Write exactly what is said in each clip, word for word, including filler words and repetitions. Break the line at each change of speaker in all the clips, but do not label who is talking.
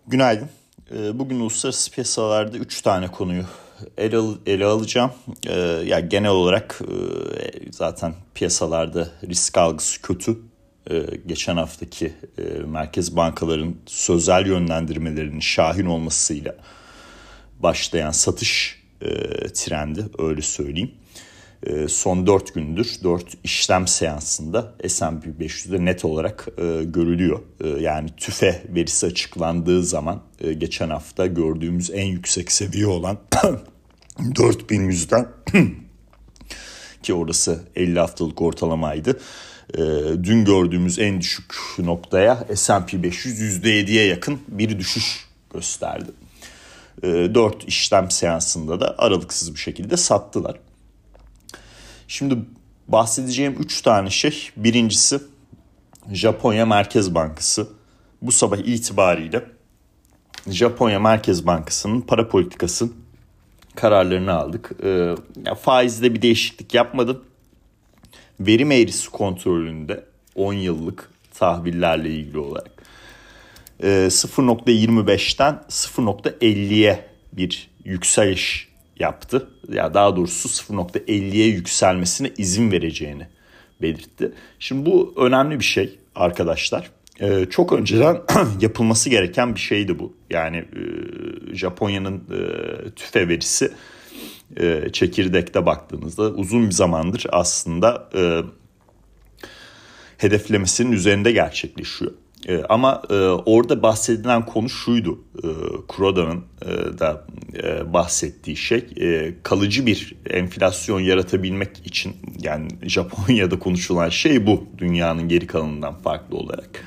Günaydın. Ee, Bugün uluslararası piyasalarda üç tane konuyu ele, al- ele alacağım. Ee, Ya genel olarak e, zaten piyasalarda risk algısı kötü. Ee, Geçen haftaki e, merkez bankaların sözel yönlendirmelerinin şahin olmasıyla başlayan satış e, trendi, öyle söyleyeyim. E, son dört gündür dört işlem seansında S and P beş yüzde net olarak e, görülüyor. E, yani tüfe verisi açıklandığı zaman e, geçen hafta gördüğümüz en yüksek seviye olan dört bin yüzden ki orası elli haftalık ortalamaydı. E, dün gördüğümüz en düşük noktaya S and P beş yüz yüzde yediye yakın bir düşüş gösterdi. E, dört işlem seansında da aralıksız bir şekilde sattılar. Şimdi bahsedeceğim üç tane şey. Birincisi Japonya Merkez Bankası. Bu sabah itibariyle Japonya Merkez Bankası'nın para politikası kararlarını aldık. Ee, ya faizde bir değişiklik yapmadım. Verim eğrisi kontrolünde on yıllık tahvillerle ilgili olarak e, sıfır nokta yirmi beşten sıfır nokta elliye bir yükseliş yaptı. Ya daha doğrusu sıfır nokta elliye yükselmesine izin vereceğini belirtti. Şimdi bu önemli bir şey arkadaşlar. Ee, çok önceden yapılması gereken bir şeydi bu. Yani e, Japonya'nın e, tüfe verisi e, çekirdekte baktığınızda uzun bir zamandır aslında e, hedeflemesinin üzerinde gerçekleşiyor. E, ama e, orada bahsedilen konu şuydu. E, Kuroda'nın e, da e, bahsettiği şey e, kalıcı bir enflasyon yaratabilmek için, yani Japonya'da konuşulan şey bu, dünyanın geri kalanından farklı olarak.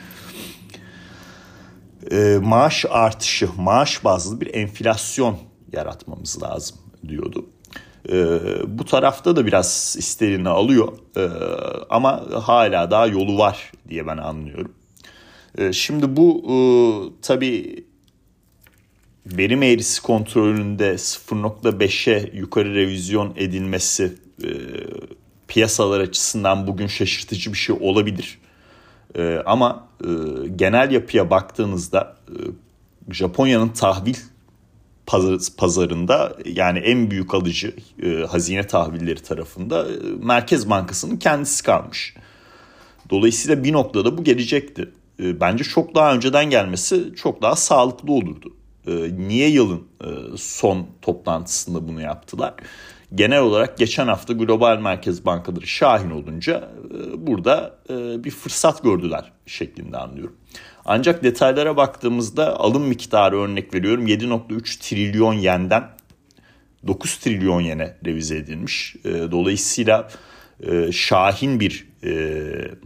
E, maaş artışı, maaş bazlı bir enflasyon yaratmamız lazım diyordu. Ee, bu tarafta da biraz isterini alıyor ee, ama hala daha yolu var diye ben anlıyorum. Ee, şimdi bu e, tabii verim eğrisi kontrolünde sıfır nokta beşe yukarı revizyon edilmesi e, piyasalar açısından bugün şaşırtıcı bir şey olabilir. E, ama e, genel yapıya baktığınızda e, Japonya'nın tahvil pazarında, yani en büyük alıcı e, hazine tahvilleri tarafında e, Merkez Bankası'nın kendisi kalmış. Dolayısıyla bir noktada bu gelecekti. E, bence çok daha önceden gelmesi çok daha sağlıklı olurdu. E, niye yılın e, son toplantısında bunu yaptılar? Genel olarak geçen hafta global merkez bankaları şahin olunca e, burada e, bir fırsat gördüler şeklinde anlıyorum. Ancak detaylara baktığımızda alım miktarı, örnek veriyorum, yedi nokta üç trilyon yenden dokuz trilyon yene revize edilmiş. E, dolayısıyla e, şahin bir e,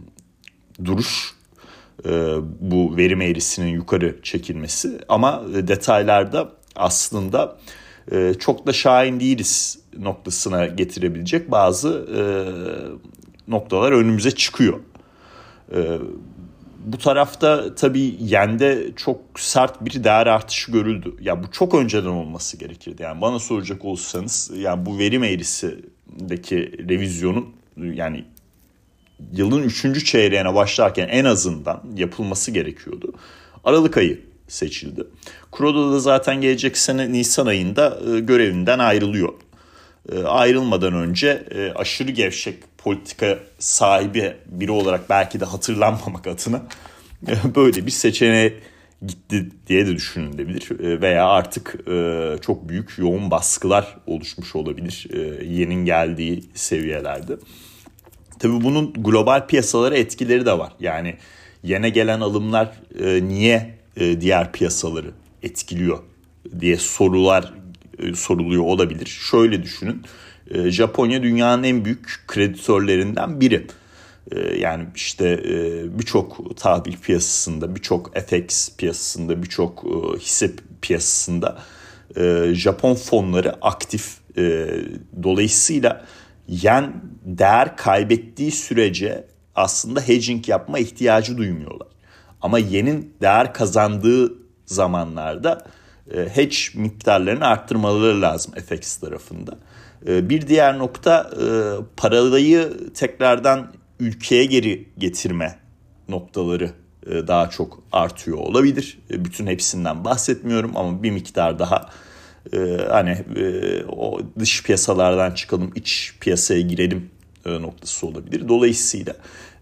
duruş e, bu verim eğrisinin yukarı çekilmesi. Ama detaylarda aslında e, çok da şahin değiliz noktasına getirebilecek bazı e, noktalar önümüze çıkıyor. E, Bu tarafta tabii yende çok sert bir değer artışı görüldü. Ya bu çok önceden olması gerekirdi. Yani bana soracak olursanız, yani bu verim eğrisindeki revizyonun, yani yılın üçüncü çeyreğine başlarken en azından yapılması gerekiyordu. Aralık ayı seçildi. Kuroda da zaten gelecek sene Nisan ayında görevinden ayrılıyor. Ayrılmadan önce aşırı gevşek politika sahibi biri olarak belki de hatırlanmamak adına böyle bir seçeneğe gitti diye de düşünülebilir. Veya artık çok büyük yoğun baskılar oluşmuş olabilir yenin geldiği seviyelerde. Tabii bunun global piyasalara etkileri de var. Yani yene gelen alımlar niye diğer piyasaları etkiliyor diye sorular soruluyor olabilir. Şöyle düşünün. Japonya dünyanın en büyük kreditörlerinden biri. Yani işte birçok tahvil piyasasında, birçok F X piyasasında, birçok hisse piyasasında Japon fonları aktif. Dolayısıyla yen değer kaybettiği sürece aslında hedging yapma ihtiyacı duymuyorlar. Ama yenin değer kazandığı zamanlarda hedge miktarlarını arttırmaları lazım F X tarafında. Bir diğer nokta, parayı tekrardan ülkeye geri getirme noktaları daha çok artıyor olabilir. Bütün hepsinden bahsetmiyorum ama bir miktar daha hani o dış piyasalardan çıkalım, iç piyasaya girelim noktası olabilir. Dolayısıyla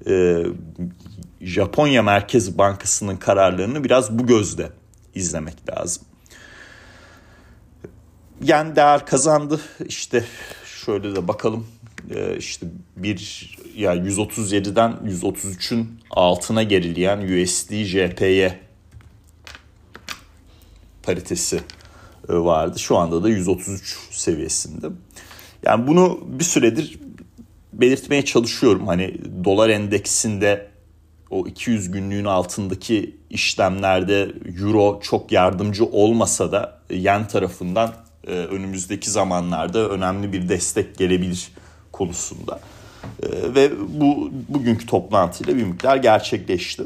Japonya Merkez Bankası'nın kararlarını biraz bu gözle izlemek lazım. Yen değer kazandı. İşte şöyle de bakalım. Ee, işte bir ya yüz otuz yediden yüz otuz üçün altına gerileyen U S D J P Y paritesi vardı. Şu anda da yüz otuz üç seviyesinde. Yani bunu bir süredir belirtmeye çalışıyorum. Hani dolar endeksinde o iki yüz günlüğün altındaki işlemlerde euro çok yardımcı olmasa da yen tarafından e, önümüzdeki zamanlarda önemli bir destek gelebilir konusunda. E, ve bu bugünkü toplantıyla bir miktar gerçekleşti.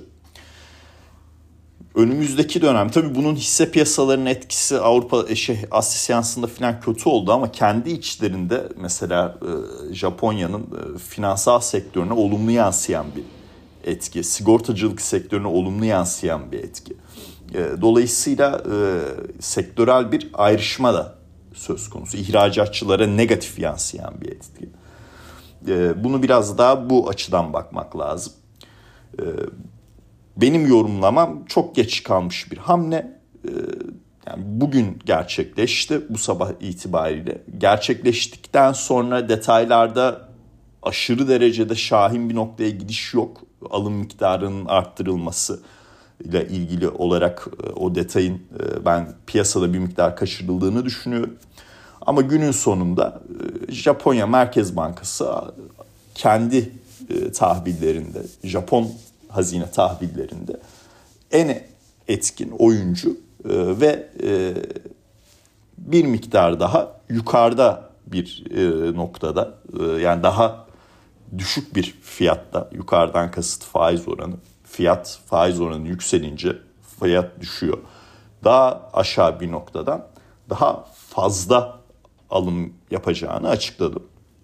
Önümüzdeki dönem tabii bunun hisse piyasalarının etkisi Avrupa şey Asya seansında falan kötü oldu ama kendi içlerinde mesela e, Japonya'nın e, finansal sektörüne olumlu yansıyan bir etki, sigortacılık sektörüne olumlu yansıyan bir etki. E, dolayısıyla e, sektörel bir ayrışma da söz konusu. İhracatçılara negatif yansıyan bir etki. E, bunu biraz daha bu açıdan bakmak lazım. E, benim yorumlamam çok geç kalmış bir hamle. E, yani bugün gerçekleşti, bu sabah itibariyle. Gerçekleştikten sonra detaylarda aşırı derecede şahin bir noktaya gidiş yok. Alım miktarının arttırılması ile ilgili olarak o detayın ben piyasada bir miktar kaçırıldığını düşünüyorum. Ama günün sonunda Japonya Merkez Bankası kendi tahvillerinde, Japon hazine tahvillerinde en etkin oyuncu ve bir miktar daha yukarıda bir noktada, yani daha düşük bir fiyatta, yukarıdan kasıt faiz oranı, fiyat faiz oranı yükselince fiyat düşüyor. Daha aşağı bir noktadan daha fazla alım yapacağını açıkladı.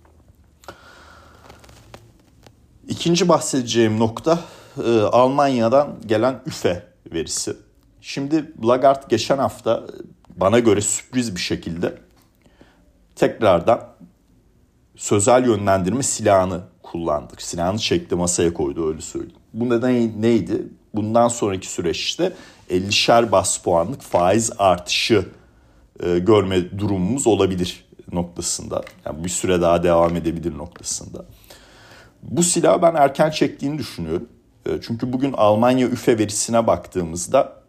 İkinci bahsedeceğim nokta e, Almanya'dan gelen üfe verisi. Şimdi Lagarde geçen hafta bana göre sürpriz bir şekilde tekrardan sözel yönlendirme silahını kullandık. Silahını çekti, masaya koydu, öyle söyleyeyim. Bu neden neydi? Bundan sonraki süreçte ellişer bas puanlık faiz artışı e, görme durumumuz olabilir noktasında. Yani bir süre daha devam edebilir noktasında. Bu silahı ben erken çektiğini düşünüyorum. E, çünkü bugün Almanya üfe verisine baktığımızda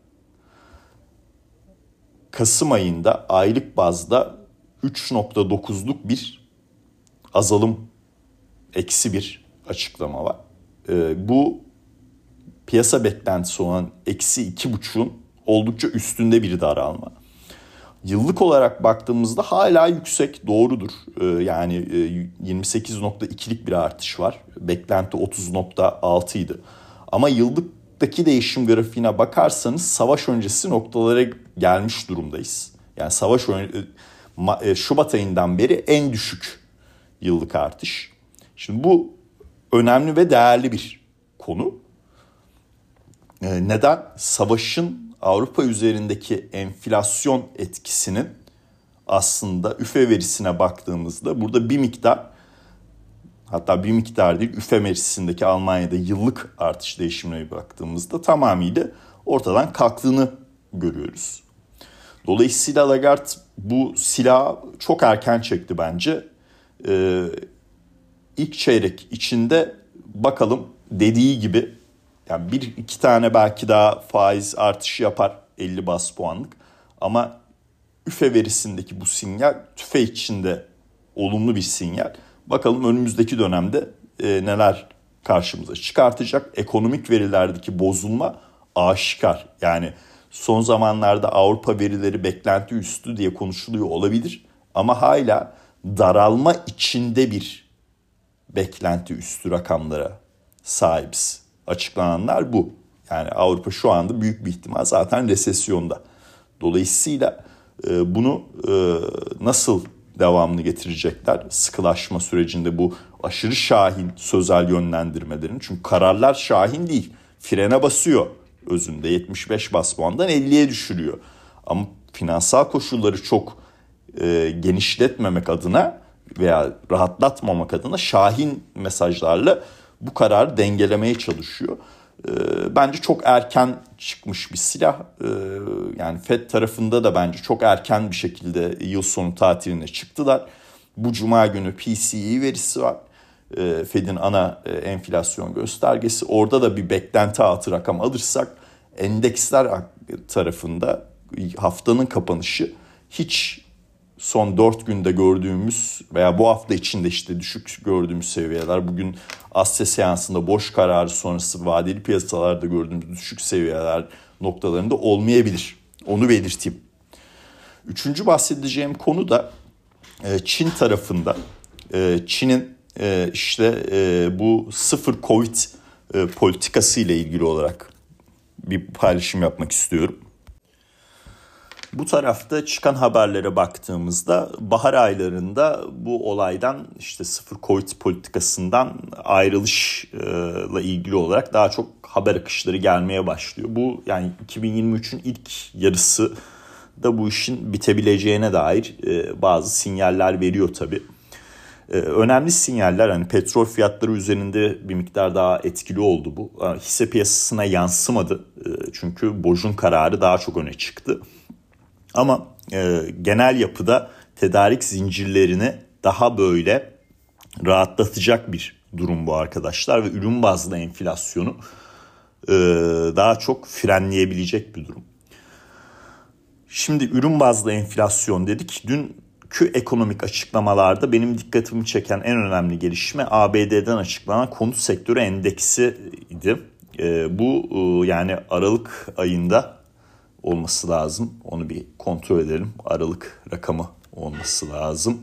Kasım ayında aylık bazda üç virgül dokuzluk bir azalım, eksi bir açıklama var. E, bu piyasa beklentisi olan eksi iki buçuğun oldukça üstünde bir daralma. Yıllık olarak baktığımızda hala yüksek, doğrudur. E, yani e, yirmi sekiz virgül ikilik bir artış var. Beklenti otuz virgül altı idi. Ama yıllıktaki değişim grafiğine bakarsanız savaş öncesi noktalara gelmiş durumdayız. Yani savaş ön... Şubat ayından beri en düşük yıllık artış. Şimdi bu önemli ve değerli bir konu. Neden? Savaşın Avrupa üzerindeki enflasyon etkisinin aslında üfe verisine baktığımızda burada bir miktar, hatta bir miktar değil, üfe verisindeki Almanya'da yıllık artış değişimine baktığımızda tamamıyla ortadan kalktığını görüyoruz. Dolayısıyla Lagarde bu silahı çok erken çekti bence. Ee, ilk çeyrek içinde bakalım, dediği gibi yani bir iki tane belki daha faiz artışı yapar, elli bas puanlık. Ama üfe verisindeki bu sinyal tüfe içinde olumlu bir sinyal. Bakalım önümüzdeki dönemde e, neler karşımıza çıkartacak. Ekonomik verilerdeki bozulma aşikar. Yani son zamanlarda Avrupa verileri beklenti üstü diye konuşuluyor olabilir. Ama hala daralma içinde bir beklenti üstü rakamlara sahibiz. Açıklananlar bu. Yani Avrupa şu anda büyük bir ihtimal zaten resesyonda. Dolayısıyla e, bunu e, nasıl devamlı getirecekler? Sıkılaşma sürecinde bu aşırı şahin sözel yönlendirmelerin. Çünkü kararlar şahin değil. frene basıyor özünde, yetmiş beş bas puandan elliye düşürüyor. Ama finansal koşulları çok e, genişletmemek adına veya rahatlatmamak adına şahin mesajlarla bu kararı dengelemeye çalışıyor. E, bence çok erken çıkmış bir silah. E, yani Fed tarafında da bence çok erken bir şekilde yıl sonu tatiline çıktılar. Bu cuma günü P C E verisi var. E, Fed'in ana e, enflasyon göstergesi. Orada da bir beklenti altı rakam alırsak endeksler tarafında haftanın kapanışı hiç son dört günde gördüğümüz veya bu hafta içinde işte düşük gördüğümüz seviyeler, bugün Asya seansında boş kararı sonrası vadeli piyasalarda gördüğümüz düşük seviyeler noktalarında olmayabilir. Onu belirteyim. Üçüncü bahsedeceğim konu da Çin tarafında. Çin'in işte bu sıfır Covid politikası ile ilgili olarak bir paylaşım yapmak istiyorum. Bu tarafta çıkan haberlere baktığımızda bahar aylarında bu olaydan, işte sıfır Covid politikasından ayrılışla ilgili olarak daha çok haber akışları gelmeye başlıyor. Bu yani iki bin yirmi üçün ilk yarısı da bu işin bitebileceğine dair bazı sinyaller veriyor tabii. Önemli sinyaller, hani petrol fiyatları üzerinde bir miktar daha etkili oldu bu. Hisse piyasasına yansımadı çünkü Boj'un kararı daha çok öne çıktı. Ama e, genel yapıda tedarik zincirlerini daha böyle rahatlatacak bir durum bu arkadaşlar ve ürün bazlı enflasyonu e, daha çok frenleyebilecek bir durum. Şimdi ürün bazlı enflasyon dedik. Dünkü ekonomik açıklamalarda benim dikkatimi çeken en önemli gelişme A B D'den açıklanan konut sektörü endeksiydi. E, bu e, yani Aralık ayında olması lazım. Onu bir kontrol edelim. Aralık rakamı olması lazım.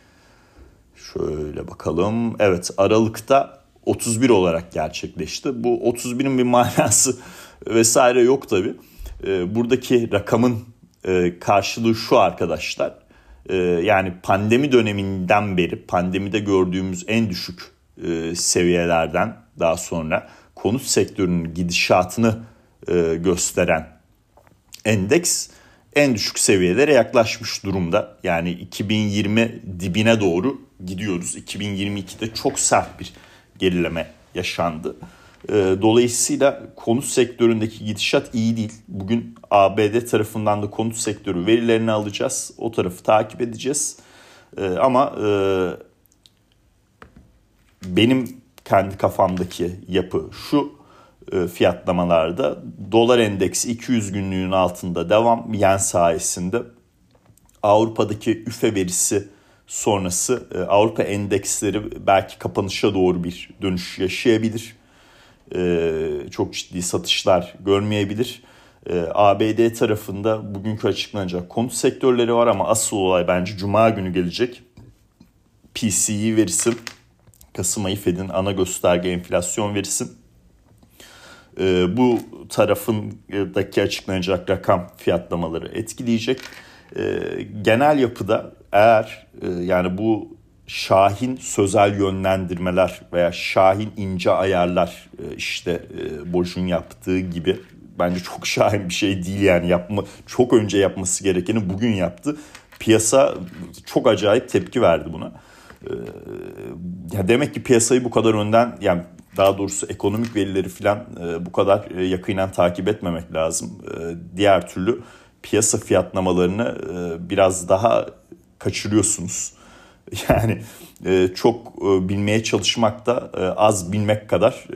Şöyle bakalım. Evet, Aralık'ta otuz bir olarak gerçekleşti. Bu otuz birin bir manası vesaire yok tabii. Buradaki rakamın karşılığı şu arkadaşlar. Yani pandemi döneminden beri, pandemide gördüğümüz en düşük seviyelerden daha sonra konut sektörünün gidişatını gösteren endeks en düşük seviyelere yaklaşmış durumda. Yani iki bin yirmi dibine doğru gidiyoruz. iki bin yirmi ikide çok sert bir gerileme yaşandı. Dolayısıyla konut sektöründeki gidişat iyi değil. Bugün A B D tarafından da konut sektörü verilerini alacağız. O tarafı takip edeceğiz. Ama benim kendi kafamdaki yapı şu: fiyatlamalarda dolar endeksi iki yüz günlüğün altında devam, yen sayesinde. Avrupa'daki üfe verisi sonrası Avrupa endeksleri belki kapanışa doğru bir dönüş yaşayabilir. Çok ciddi satışlar görmeyebilir. A B D tarafında bugünkü açıklanacak konut sektörleri var ama asıl olay bence Cuma günü gelecek. P C E verisi, Kasım ayı Fed'in ana gösterge enflasyon verisi. Bu tarafındaki açıklanacak rakam fiyatlamaları etkileyecek. Genel yapıda eğer yani bu şahin sözel yönlendirmeler veya şahin ince ayarlar, işte Boj'un yaptığı gibi, bence çok şahin bir şey değil yani, yapma çok önce yapması gerekeni bugün yaptı. Piyasa çok acayip tepki verdi buna. Ya demek ki piyasayı bu kadar önden, yani daha doğrusu ekonomik verileri falan bu kadar yakinen takip etmemek lazım. Diğer türlü piyasa fiyatlamalarını biraz daha kaçırıyorsunuz. Yani çok bilmeye çalışmak da az bilmek kadar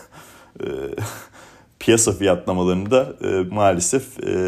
piyasa fiyatlamalarını da maalesef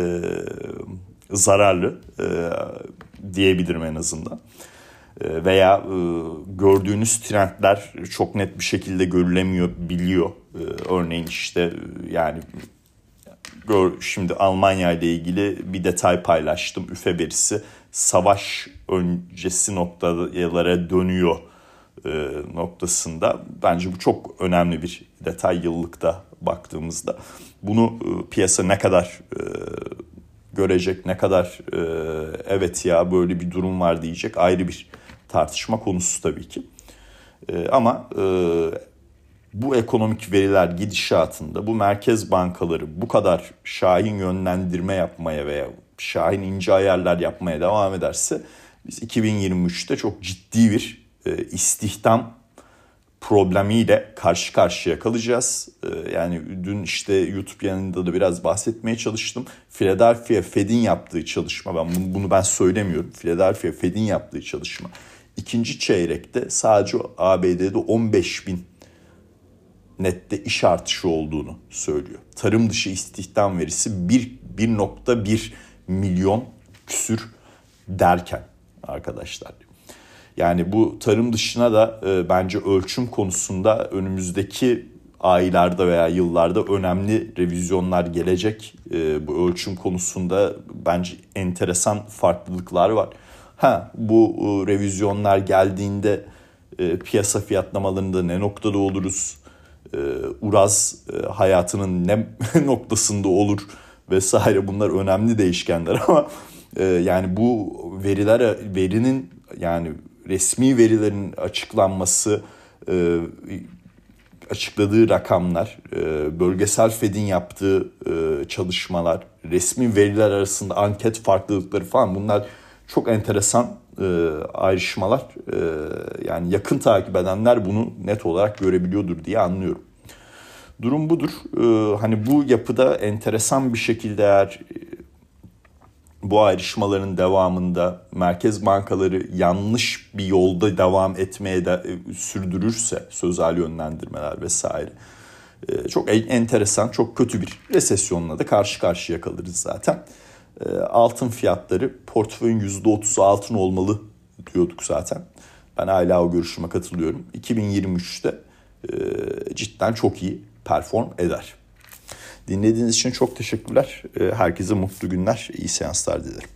zararlı diyebilirim en azından. Veya gördüğünüz trendler çok net bir şekilde görülemiyor, biliyor. Örneğin işte yani şimdi Almanya ile ilgili bir detay paylaştım. Üfe verisi savaş öncesi noktalara dönüyor noktasında. Bence bu çok önemli bir detay yıllıkta baktığımızda. Bunu piyasa ne kadar görecek, ne kadar evet ya böyle bir durum var diyecek, ayrı bir tartışma konusu tabii ki. Ama bu ekonomik veriler gidişatında bu merkez bankaları bu kadar şahin yönlendirme yapmaya veya şahin ince ayarlar yapmaya devam ederse biz iki bin yirmi üçte çok ciddi bir e, istihdam problemiyle karşı karşıya kalacağız. E, yani dün işte YouTube yanında da biraz bahsetmeye çalıştım. Philadelphia Fed'in yaptığı çalışma, ben bunu, bunu ben söylemiyorum. Philadelphia Fed'in yaptığı çalışma ikinci çeyrekte sadece A B D'de on beş bin nette iş artışı olduğunu söylüyor. Tarım dışı istihdam verisi bir nokta bir milyon küsür derken arkadaşlar. Yani bu tarım dışına da e, bence ölçüm konusunda önümüzdeki aylarda veya yıllarda önemli revizyonlar gelecek. E, bu ölçüm konusunda bence enteresan farklılıklar var. Ha bu e, revizyonlar geldiğinde e, piyasa fiyatlamalarında ne noktada oluruz? E, Uraz e, hayatının ne noktasında olur vesaire, bunlar önemli değişkenler ama e, yani bu veriler verinin yani resmi verilerin açıklanması, e, açıkladığı rakamlar, e, bölgesel Fed'in yaptığı e, çalışmalar, resmi veriler arasında anket farklılıkları falan, bunlar çok enteresan e, ayrışmalar. E, yani yakın takip edenler bunu net olarak görebiliyordur diye anlıyorum. Durum budur. E, hani bu yapıda enteresan bir şekilde eğer bu ayrışmaların devamında merkez bankaları yanlış bir yolda devam etmeye de sürdürürse sözel yönlendirmeler vesaire, çok enteresan, çok kötü bir resesyonla da karşı karşıya kalırız zaten. Altın fiyatları portföyün yüzde otuzu altın olmalı diyorduk zaten. Ben hala o görüşüme katılıyorum. iki bin yirmi üçte cidden çok iyi perform eder. Dinlediğiniz için çok teşekkürler. Herkese mutlu günler, iyi seanslar dilerim.